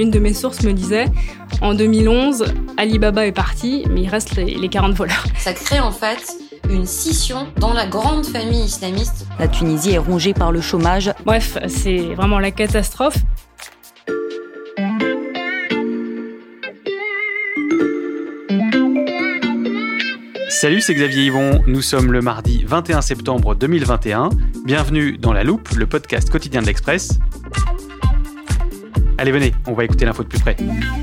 l'une de mes sources me disait en 2011, Ali Baba est parti, mais il reste les 40 voleurs. Ça crée en fait une scission dans la grande famille islamiste. La Tunisie est rongée par le chômage. Bref, c'est vraiment la catastrophe. Salut, c'est Xavier Yvon. Nous sommes le mardi 21 septembre 2021. Bienvenue dans La Loupe, le podcast quotidien de l'Express. Allez, venez, on va écouter l'info de plus près.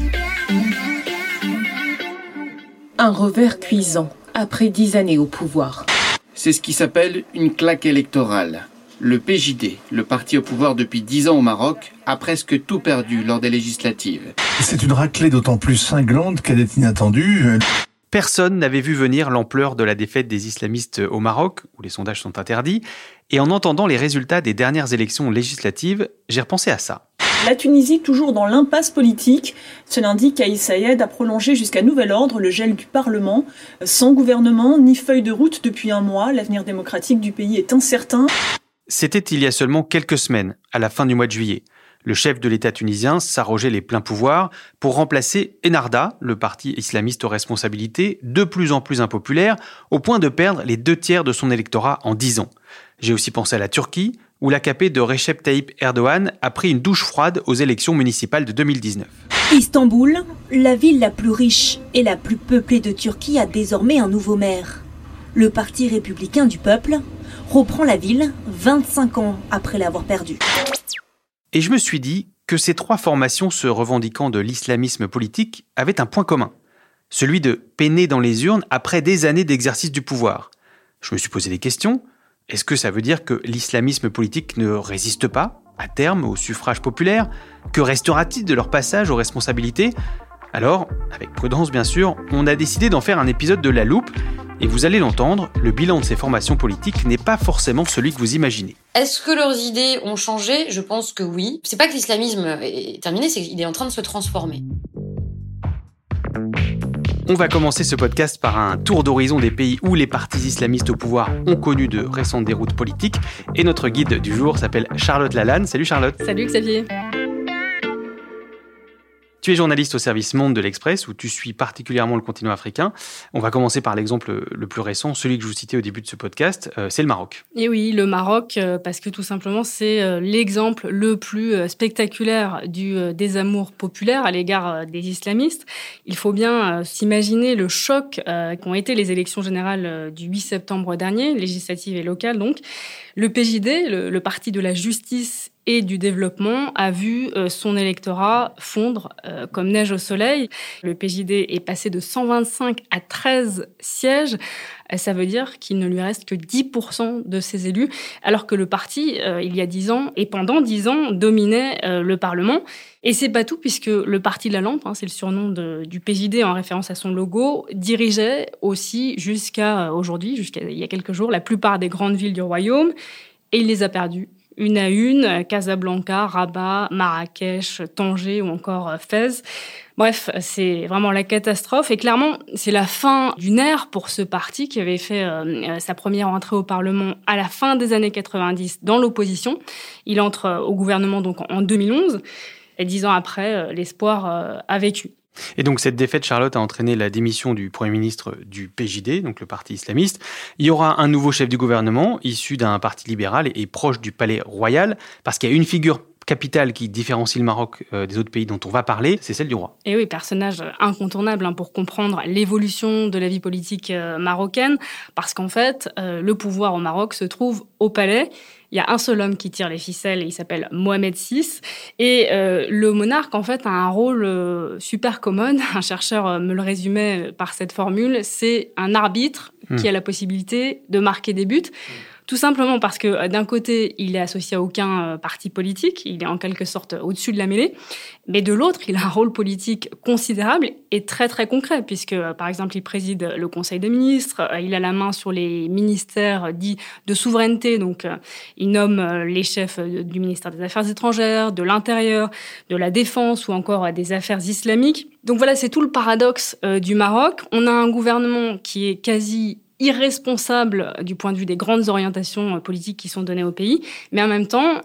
Un revers cuisant après 10 années au pouvoir. C'est ce qui s'appelle une claque électorale. Le PJD, le parti au pouvoir depuis 10 ans au Maroc, a presque tout perdu lors des législatives. C'est une raclée d'autant plus cinglante qu'elle est inattendue. Personne n'avait vu venir l'ampleur de la défaite des islamistes au Maroc, où les sondages sont interdits, et en entendant les résultats des dernières élections législatives, j'ai repensé à ça. La Tunisie, toujours dans l'impasse politique. Ce lundi, Kais Saied a prolongé jusqu'à nouvel ordre le gel du Parlement. Sans gouvernement, ni feuille de route depuis un mois, l'avenir démocratique du pays est incertain. C'était il y a seulement quelques semaines, à la fin du mois de juillet. Le chef de l'État tunisien s'arrogeait les pleins pouvoirs pour remplacer Ennahda, le parti islamiste aux responsabilités, de plus en plus impopulaire, au point de perdre les 2/3 de son électorat en 10 ans. J'ai aussi pensé à la Turquie, où l'AKP de Recep Tayyip Erdogan a pris une douche froide aux élections municipales de 2019. Istanbul, la ville la plus riche et la plus peuplée de Turquie, a désormais un nouveau maire. Le Parti républicain du peuple reprend la ville 25 ans après l'avoir perdue. Et je me suis dit que ces trois formations se revendiquant de l'islamisme politique avaient un point commun, celui de peiner dans les urnes après des années d'exercice du pouvoir. Je me suis posé des questions. Est-ce que ça veut dire que l'islamisme politique ne résiste pas, à terme, au suffrage populaire ? Que restera-t-il de leur passage aux responsabilités ? Alors, avec prudence bien sûr, on a décidé d'en faire un épisode de La Loupe, et vous allez l'entendre, le bilan de ces formations politiques n'est pas forcément celui que vous imaginez. Est-ce que leurs idées ont changé ? Je pense que oui. C'est pas que l'islamisme est terminé, c'est qu'il est en train de se transformer. On va commencer ce podcast par un tour d'horizon des pays où les partis islamistes au pouvoir ont connu de récentes déroutes politiques. Et notre guide du jour s'appelle Charlotte Lalanne. Salut Charlotte. Salut Xavier. Tu es journaliste au service Monde de l'Express, où tu suis particulièrement le continent africain. On va commencer par l'exemple le plus récent, celui que je vous citais au début de ce podcast, c'est le Maroc. Et oui, le Maroc, parce que tout simplement, c'est l'exemple le plus spectaculaire du désamour populaire à l'égard des islamistes. Il faut bien s'imaginer le choc qu'ont été les élections générales du 8 septembre dernier, législatives et locales donc. Le PJD, le parti de la justice et du développement, a vu son électorat fondre comme neige au soleil. Le PJD est passé de 125 à 13 sièges. Ça veut dire qu'il ne lui reste que 10% de ses élus, alors que le parti, il y a 10 ans, et pendant 10 ans, dominait le Parlement. Et c'est pas tout, puisque le parti de la lampe, c'est le surnom du PJD en référence à son logo, dirigeait aussi jusqu'à aujourd'hui, jusqu'à il y a quelques jours, la plupart des grandes villes du royaume, et il les a perdues. Une à une, Casablanca, Rabat, Marrakech, Tanger ou encore Fès. Bref, c'est vraiment la catastrophe. Et clairement, c'est la fin d'une ère pour ce parti qui avait fait sa première entrée au Parlement à la fin des années 90 dans l'opposition. Il entre au gouvernement donc en 2011. Et 10 ans après, l'espoir a vécu. Et donc cette défaite, Charlotte, a entraîné la démission du Premier ministre du PJD, donc le parti islamiste. Il y aura un nouveau chef du gouvernement, issu d'un parti libéral et proche du palais royal, parce qu'il y a une figure capitale qui différencie le Maroc des autres pays dont on va parler, c'est celle du roi. Et oui, personnage incontournable pour comprendre l'évolution de la vie politique marocaine, parce qu'en fait, le pouvoir au Maroc se trouve au palais. Il y a un seul homme qui tire les ficelles, et il s'appelle Mohamed VI. Et le monarque, en fait, a un rôle super commode. Un chercheur me le résumait par cette formule. C'est un arbitre qui a la possibilité de marquer des buts. Tout simplement parce que d'un côté, il est associé à aucun parti politique, il est en quelque sorte au-dessus de la mêlée, mais de l'autre, il a un rôle politique considérable et très très concret, puisque par exemple, il préside le Conseil des ministres, il a la main sur les ministères dits de souveraineté, donc il nomme les chefs du ministère des Affaires étrangères, de l'Intérieur, de la Défense ou encore des Affaires islamiques. Donc voilà, c'est tout le paradoxe du Maroc. On a un gouvernement qui est quasi irresponsable du point de vue des grandes orientations politiques qui sont données au pays, mais en même temps,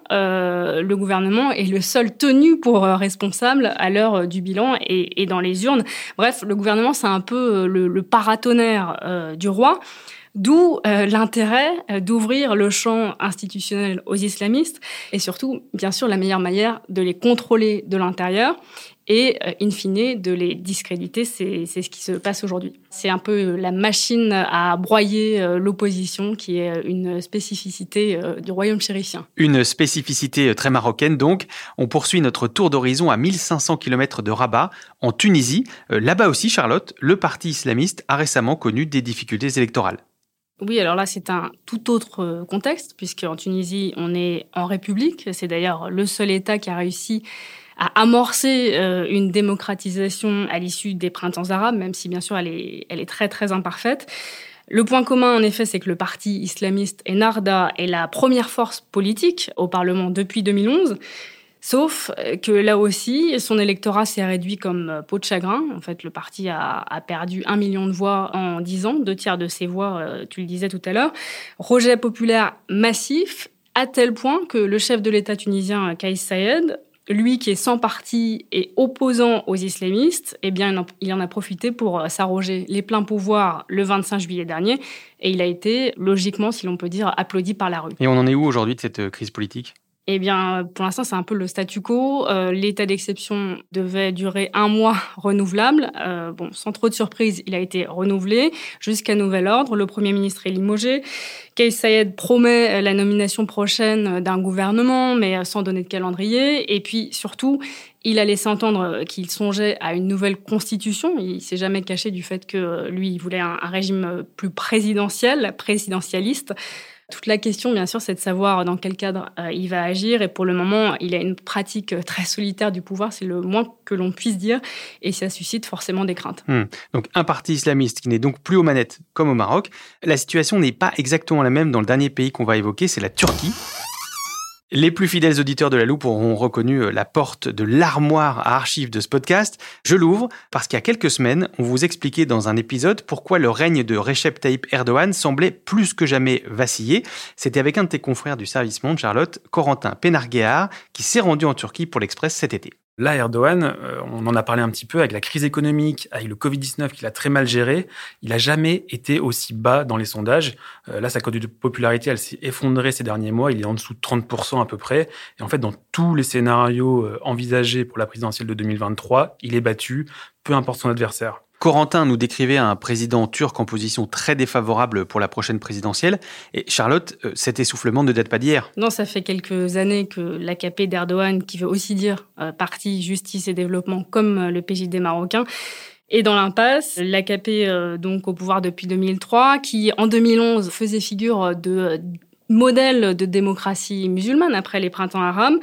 le gouvernement est le seul tenu pour responsable à l'heure du bilan et dans les urnes. Bref, le gouvernement, c'est un peu le paratonnerre du roi, d'où l'intérêt d'ouvrir le champ institutionnel aux islamistes et surtout, bien sûr, la meilleure manière de les contrôler de l'intérieur et, in fine, de les discréditer. C'est ce qui se passe aujourd'hui. C'est un peu la machine à broyer l'opposition qui est une spécificité du royaume chérifien. Une spécificité très marocaine donc. On poursuit notre tour d'horizon à 1500 km de Rabat, en Tunisie. Là-bas aussi, Charlotte, le parti islamiste a récemment connu des difficultés électorales. Oui, alors là, c'est un tout autre contexte, puisqu'en Tunisie, on est en République. C'est d'ailleurs le seul État qui a réussi à amorcer une démocratisation à l'issue des printemps arabes, même si, bien sûr, elle est très, très imparfaite. Le point commun, en effet, c'est que le parti islamiste Ennahda est la première force politique au Parlement depuis 2011, sauf que là aussi, son électorat s'est réduit comme peau de chagrin. En fait, le parti a perdu 1 million de voix en 10 ans, 2 tiers de ses voix, tu le disais tout à l'heure. Rejet populaire massif, à tel point que le chef de l'État tunisien, Kais Saied, lui qui est sans parti et opposant aux islamistes, eh bien, il en a profité pour s'arroger les pleins pouvoirs le 25 juillet dernier. Et il a été, logiquement, si l'on peut dire, applaudi par la rue. Et on en est où aujourd'hui de cette crise politique ? Eh bien, pour l'instant, c'est un peu le statu quo. L'état d'exception devait durer 1 mois renouvelable. Sans trop de surprise, il a été renouvelé jusqu'à nouvel ordre. Le Premier ministre est limogé. Kais Saied promet la nomination prochaine d'un gouvernement, mais sans donner de calendrier. Et puis, surtout, il a laissé entendre qu'il songeait à une nouvelle constitution. Il s'est jamais caché du fait que lui, il voulait un régime plus présidentialiste. Toute la question, bien sûr, c'est de savoir dans quel cadre il va agir. Et pour le moment, il a une pratique très solitaire du pouvoir, c'est le moins que l'on puisse dire. Et ça suscite forcément des craintes. Donc un parti islamiste qui n'est donc plus aux manettes comme au Maroc. La situation n'est pas exactement la même dans le dernier pays qu'on va évoquer, c'est la Turquie. Les plus fidèles auditeurs de La Loupe auront reconnu la porte de l'armoire à archives de ce podcast. Je l'ouvre parce qu'il y a quelques semaines, on vous expliquait dans un épisode pourquoi le règne de Recep Tayyip Erdogan semblait plus que jamais vaciller. C'était avec un de tes confrères du Service Monde, Charlotte, Corentin Penarguéar, qui s'est rendu en Turquie pour l'Express cet été. Là, Erdogan, on en a parlé un petit peu avec la crise économique, avec le Covid-19 qu'il a très mal géré. Il n'a jamais été aussi bas dans les sondages. Là, sa cote de popularité, elle s'est effondrée ces derniers mois. Il est en dessous de 30% à peu près. Et en fait, dans tous les scénarios envisagés pour la présidentielle de 2023, il est battu, peu importe son adversaire. Corentin nous décrivait un président turc en position très défavorable pour la prochaine présidentielle. Et Charlotte, cet essoufflement ne date pas d'hier. Non, ça fait quelques années que l'AKP d'Erdogan, qui veut aussi dire Parti Justice et Développement, comme le PJD marocain, est dans l'impasse. L'AKP, donc au pouvoir depuis 2003, qui en 2011 faisait figure de modèle de démocratie musulmane après les printemps arabes.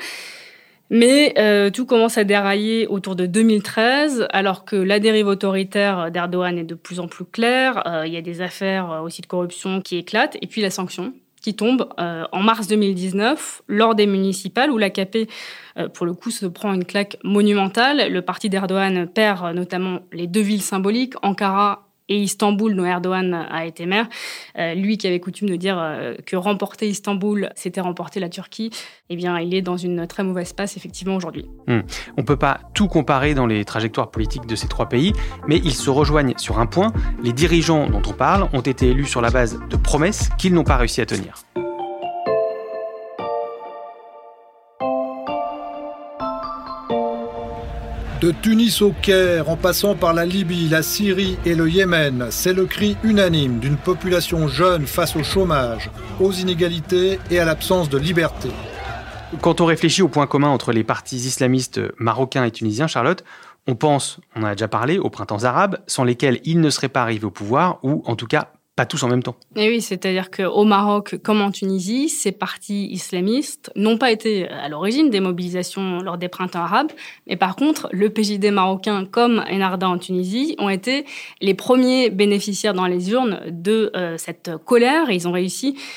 Mais tout commence à dérailler autour de 2013, alors que la dérive autoritaire d'Erdogan est de plus en plus claire. Il y a des affaires aussi de corruption qui éclatent. Et puis la sanction qui tombe en mars 2019, lors des municipales, où l'AKP, pour le coup, se prend une claque monumentale. Le parti d'Erdogan perd notamment les 2 villes symboliques, Ankara et Istanbul, dont Erdogan a été maire. Lui qui avait coutume de dire que remporter Istanbul, c'était remporter la Turquie, eh bien, il est dans une très mauvaise passe, effectivement, aujourd'hui. On ne peut pas tout comparer dans les trajectoires politiques de ces 3 pays, mais ils se rejoignent sur un point. Les dirigeants dont on parle ont été élus sur la base de promesses qu'ils n'ont pas réussi à tenir. De Tunis au Caire, en passant par la Libye, la Syrie et le Yémen, c'est le cri unanime d'une population jeune face au chômage, aux inégalités et à l'absence de liberté. Quand on réfléchit au point commun entre les partis islamistes marocains et tunisiens, Charlotte, on pense, on en a déjà parlé, aux printemps arabes, sans lesquels ils ne seraient pas arrivés au pouvoir, ou en tout cas pas tous en même temps. Et oui, c'est-à-dire qu'au Maroc, comme en Tunisie, ces partis islamistes n'ont pas été à l'origine des mobilisations lors des printemps arabes, mais par contre, le PJD marocain comme Ennahda en Tunisie ont été les premiers bénéficiaires dans les urnes de cette colère. Et ils ont réussi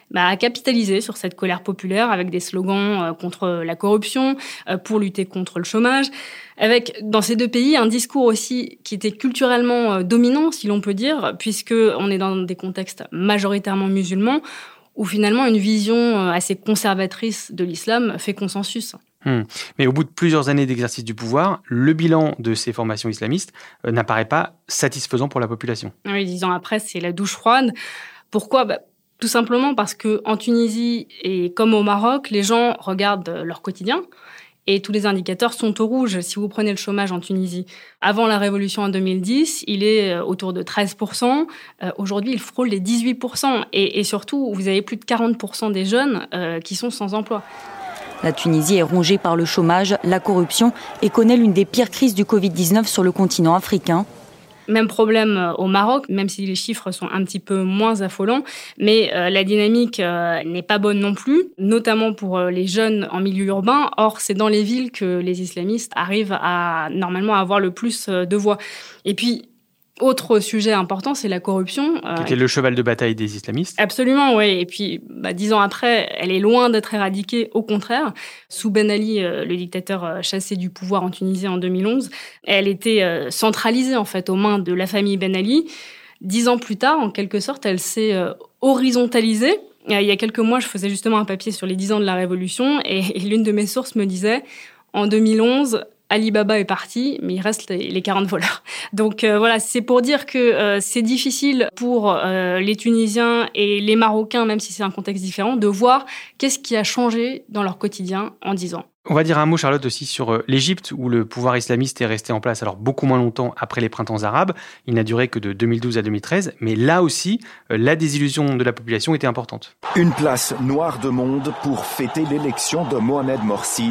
a capitalisé sur cette colère populaire avec des slogans contre la corruption, pour lutter contre le chômage, avec dans ces deux pays un discours aussi qui était culturellement dominant, si l'on peut dire, puisque on est dans des contextes majoritairement musulmans, où finalement une vision assez conservatrice de l'islam fait consensus. Mais au bout de plusieurs années d'exercice du pouvoir, le bilan de ces formations islamistes n'apparaît pas satisfaisant pour la population. Oui, 10 ans après, c'est la douche froide. Pourquoi ? Tout simplement parce qu'en Tunisie et comme au Maroc, les gens regardent leur quotidien et tous les indicateurs sont au rouge. Si vous prenez le chômage en Tunisie, avant la révolution en 2010, il est autour de 13%. Aujourd'hui, il frôle les 18%. Et surtout, vous avez plus de 40% des jeunes qui sont sans emploi. La Tunisie est rongée par le chômage, la corruption et connaît l'une des pires crises du Covid-19 sur le continent africain. Même problème au Maroc, même si les chiffres sont un petit peu moins affolants, mais la dynamique n'est pas bonne non plus, notamment pour les jeunes en milieu urbain. Or, c'est dans les villes que les islamistes arrivent à normalement avoir le plus de voix. Et puis, autre sujet important, c'est la corruption. Qui était le cheval de bataille des islamistes. Absolument, oui. Et puis, 10 ans après, elle est loin d'être éradiquée. Au contraire, sous Ben Ali, le dictateur chassé du pouvoir en Tunisie en 2011, elle était centralisée en fait aux mains de la famille Ben Ali. 10 ans plus tard, en quelque sorte, elle s'est horizontalisée. Il y a quelques mois, je faisais justement un papier sur les 10 ans de la Révolution et l'une de mes sources me disait, en 2011, Ali Baba est parti, mais il reste les 40 voleurs. Donc voilà, c'est pour dire que c'est difficile pour les Tunisiens et les Marocains, même si c'est un contexte différent, de voir qu'est-ce qui a changé dans leur quotidien en 10 ans. On va dire un mot, Charlotte, aussi sur l'Égypte, où le pouvoir islamiste est resté en place alors beaucoup moins longtemps après les printemps arabes. Il n'a duré que de 2012 à 2013, mais là aussi, la désillusion de la population était importante. Une place noire de monde pour fêter l'élection de Mohamed Morsi.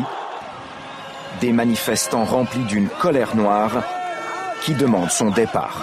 Des manifestants remplis d'une colère noire qui demandent son départ.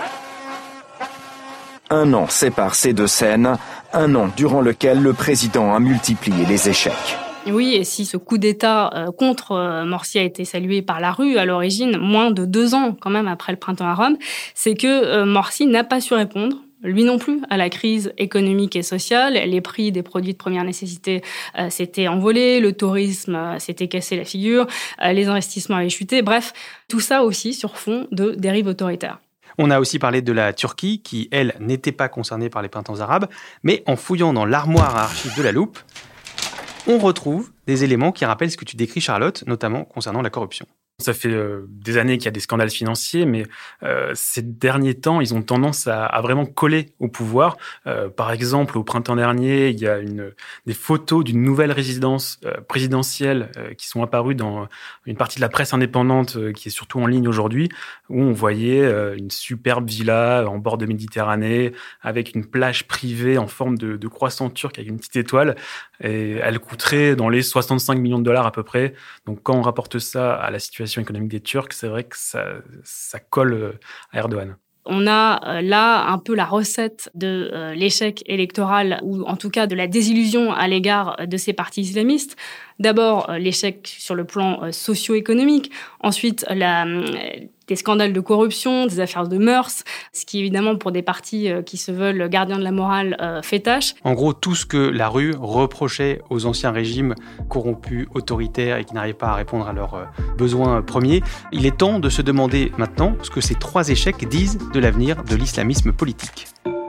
1 an sépare ces deux scènes, 1 an durant lequel le président a multiplié les échecs. Oui, et si ce coup d'État contre Morsi a été salué par la rue à l'origine, moins de 2 ans quand même après le printemps arabe, c'est que Morsi n'a pas su répondre. Lui non plus, à la crise économique et sociale. Les prix des produits de première nécessité s'étaient envolés, le tourisme s'était cassé la figure, les investissements avaient chuté. Bref, tout ça aussi sur fond de dérive autoritaire. On a aussi parlé de la Turquie, qui, elle, n'était pas concernée par les printemps arabes, mais en fouillant dans l'armoire à archives de la Loupe, on retrouve des éléments qui rappellent ce que tu décris, Charlotte, notamment concernant la corruption. Ça fait des années qu'il y a des scandales financiers, mais ces derniers temps, ils ont tendance à vraiment coller au pouvoir. Par exemple, au printemps dernier, il y a des photos d'une nouvelle résidence présidentielle qui sont apparues dans une partie de la presse indépendante qui est surtout en ligne aujourd'hui, où on voyait une superbe villa en bord de Méditerranée avec une plage privée en forme de croissant turc avec une petite étoile. Et elle coûterait dans les 65 millions de dollars à peu près. Donc quand on rapporte ça à la situation économique des Turcs, c'est vrai que ça colle à Erdogan. On a là un peu la recette de l'échec électoral, ou en tout cas de la désillusion à l'égard de ces partis islamistes. D'abord, l'échec sur le plan socio-économique. Ensuite, des scandales de corruption, des affaires de mœurs, ce qui évidemment pour des partis qui se veulent gardiens de la morale fait tâche. En gros, tout ce que la rue reprochait aux anciens régimes corrompus, autoritaires et qui n'arrivaient pas à répondre à leurs besoins premiers. Il est temps de se demander maintenant ce que ces 3 échecs disent de l'avenir de l'islamisme politique.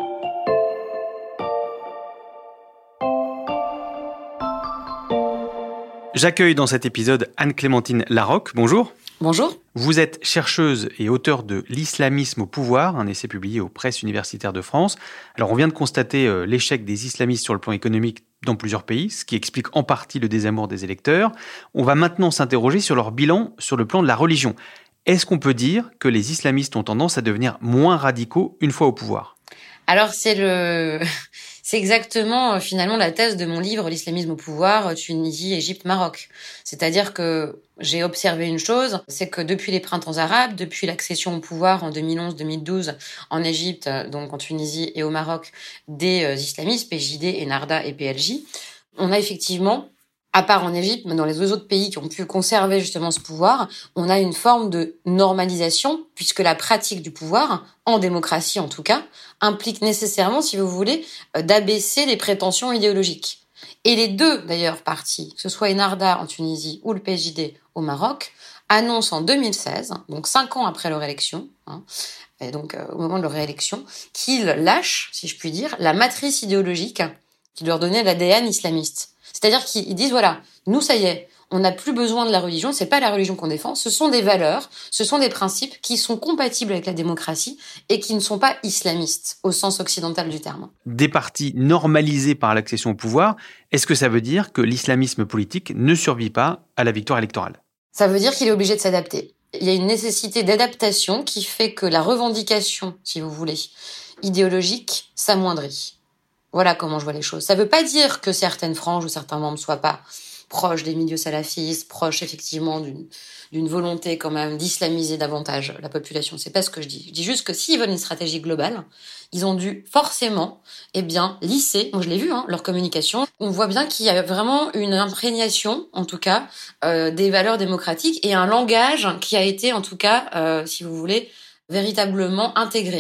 J'accueille dans cet épisode Anne-Clémentine Larocque. Bonjour. Bonjour. Vous êtes chercheuse et auteure de L'islamisme au pouvoir, un essai publié aux Presses universitaires de France. Alors, on vient de constater l'échec des islamistes sur le plan économique dans plusieurs pays, ce qui explique en partie le désamour des électeurs. On va maintenant s'interroger sur leur bilan sur le plan de la religion. Est-ce qu'on peut dire que les islamistes ont tendance à devenir moins radicaux une fois au pouvoir ? Alors, c'est exactement finalement la thèse de mon livre L'islamisme au pouvoir, Tunisie, Égypte, Maroc. C'est-à-dire que j'ai observé une chose, c'est que depuis les printemps arabes, depuis l'accession au pouvoir en 2011-2012 en Égypte, donc en Tunisie et au Maroc, des islamistes, PJD, Ennahda et PLJ, on a effectivement à part en Égypte, mais dans les autres pays qui ont pu conserver justement ce pouvoir, on a une forme de normalisation, puisque la pratique du pouvoir, en démocratie en tout cas, implique nécessairement, si vous voulez, d'abaisser les prétentions idéologiques. Et les deux, d'ailleurs, partis, que ce soit Ennahdha en Tunisie ou le PJD au Maroc, annoncent en 2016, donc 5 ans après leur élection, et donc au moment de leur réélection, qu'ils lâchent, si je puis dire, la matrice idéologique qui leur donnait l'ADN islamiste. C'est-à-dire qu'ils disent, voilà, nous, ça y est, on n'a plus besoin de la religion, c'est pas la religion qu'on défend, ce sont des valeurs, ce sont des principes qui sont compatibles avec la démocratie et qui ne sont pas islamistes, au sens occidental du terme. Des partis normalisés par l'accession au pouvoir, est-ce que ça veut dire que l'islamisme politique ne survit pas à la victoire électorale ? Ça veut dire qu'il est obligé de s'adapter. Il y a une nécessité d'adaptation qui fait que la revendication, si vous voulez, idéologique s'amoindrit. Voilà comment je vois les choses. Ça veut pas dire que certaines franges ou certains membres soient pas proches des milieux salafistes, proches effectivement d'une volonté quand même d'islamiser davantage la population. C'est pas ce que je dis. Je dis juste que s'ils veulent une stratégie globale, ils ont dû forcément, lisser, moi je l'ai vu, leur communication. On voit bien qu'il y a vraiment une imprégnation, en tout cas, des valeurs démocratiques et un langage qui a été, en tout cas, si vous voulez, véritablement intégré.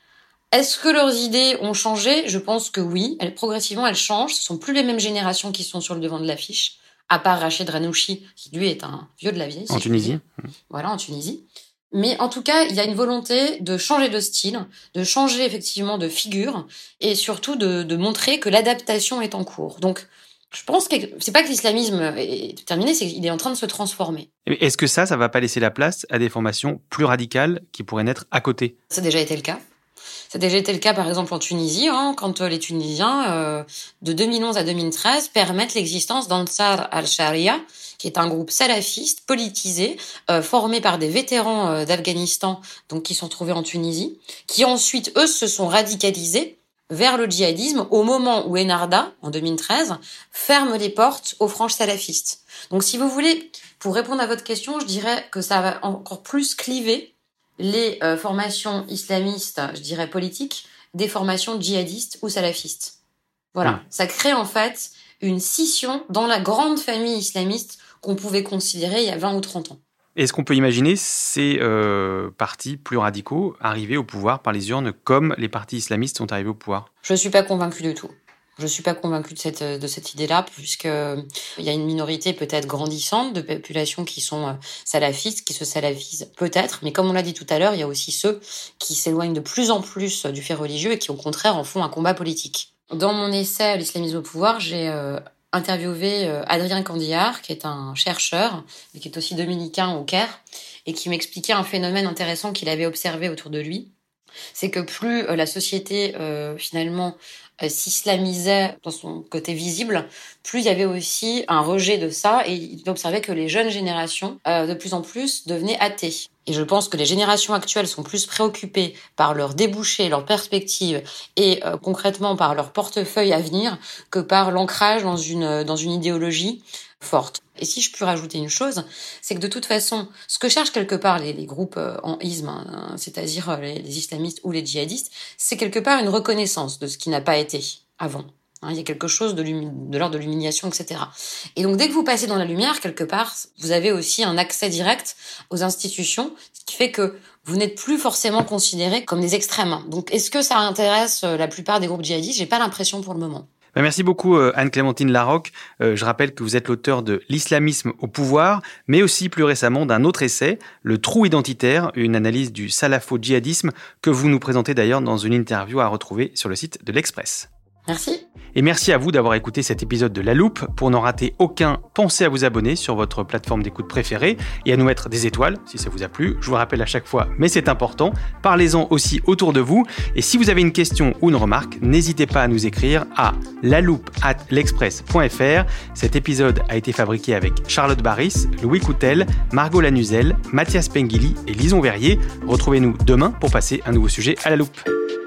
Est-ce que leurs idées ont changé ? Je pense que oui. Progressivement, elles changent. Ce sont plus les mêmes générations qui sont sur le devant de l'affiche, à part Rachid Ranouchi, qui lui est un vieux de la vieille. En Tunisie. Voilà, en Tunisie. Mais en tout cas, il y a une volonté de changer de style, de changer effectivement de figure, et surtout de montrer que l'adaptation est en cours. Donc, je pense que c'est pas que l'islamisme est terminé, c'est qu'il est en train de se transformer. Est-ce que ça va pas laisser la place à des formations plus radicales qui pourraient naître à côté ? Ça a déjà été le cas. Ça a déjà été le cas, par exemple, en Tunisie, quand les Tunisiens, de 2011 à 2013, permettent l'existence d'Ansar al-Sharia, qui est un groupe salafiste, politisé, formé par des vétérans d'Afghanistan, donc qui sont trouvés en Tunisie, qui ensuite, eux, se sont radicalisés vers le djihadisme au moment où Ennahdha, en 2013, ferme les portes aux franges salafistes. Donc, si vous voulez, pour répondre à votre question, je dirais que ça va encore plus cliver les formations islamistes, je dirais politiques, des formations djihadistes ou salafistes. Voilà. Ça crée en fait une scission dans la grande famille islamiste qu'on pouvait considérer il y a 20 ou 30 ans. Est-ce qu'on peut imaginer ces partis plus radicaux arriver au pouvoir par les urnes comme les partis islamistes sont arrivés au pouvoir ? Je ne suis pas convaincue du tout. Je suis pas convaincue de cette idée-là, puisque il y a une minorité peut-être grandissante de populations qui sont salafistes, qui se salafisent peut-être, mais comme on l'a dit tout à l'heure, il y a aussi ceux qui s'éloignent de plus en plus du fait religieux et qui au contraire en font un combat politique. Dans mon essai L'islamisme au pouvoir, j'ai interviewé Adrien Candillard, qui est un chercheur, mais qui est aussi dominicain au Caire, et qui m'expliquait un phénomène intéressant qu'il avait observé autour de lui. C'est que plus la société finalement s'islamisait dans son côté visible, plus il y avait aussi un rejet de ça, et il observait que les jeunes générations de plus en plus devenaient athées. Et je pense que les générations actuelles sont plus préoccupées par leurs débouchés, leurs perspectives et concrètement par leur portefeuille à venir que par l'ancrage dans une idéologie forte. Et si je peux rajouter une chose, c'est que de toute façon, ce que cherchent quelque part les groupes en isme, c'est-à-dire les islamistes ou les djihadistes, c'est quelque part une reconnaissance de ce qui n'a pas été avant. Il y a quelque chose de l'ordre de l'humiliation, etc. Et donc, dès que vous passez dans la lumière, quelque part, vous avez aussi un accès direct aux institutions, ce qui fait que vous n'êtes plus forcément considérés comme des extrêmes. Donc, est-ce que ça intéresse la plupart des groupes djihadistes ? J'ai pas l'impression pour le moment. Merci beaucoup Anne-Clémentine Larocque. Je rappelle que vous êtes l'auteur de L'islamisme au pouvoir, mais aussi plus récemment d'un autre essai, Le trou identitaire, une analyse du salafo-djihadisme que vous nous présentez d'ailleurs dans une interview à retrouver sur le site de l'Express. Merci. Et merci à vous d'avoir écouté cet épisode de La Loupe. Pour n'en rater aucun, pensez à vous abonner sur votre plateforme d'écoute préférée et à nous mettre des étoiles si ça vous a plu. Je vous rappelle à chaque fois, mais c'est important. Parlez-en aussi autour de vous. Et si vous avez une question ou une remarque, n'hésitez pas à nous écrire à laloupe@l'express.fr. Cet épisode a été fabriqué avec Charlotte Baris, Louis Coutel, Margot Lanuzel, Mathias Pengili et Lison Verrier. Retrouvez-nous demain pour passer un nouveau sujet à La Loupe.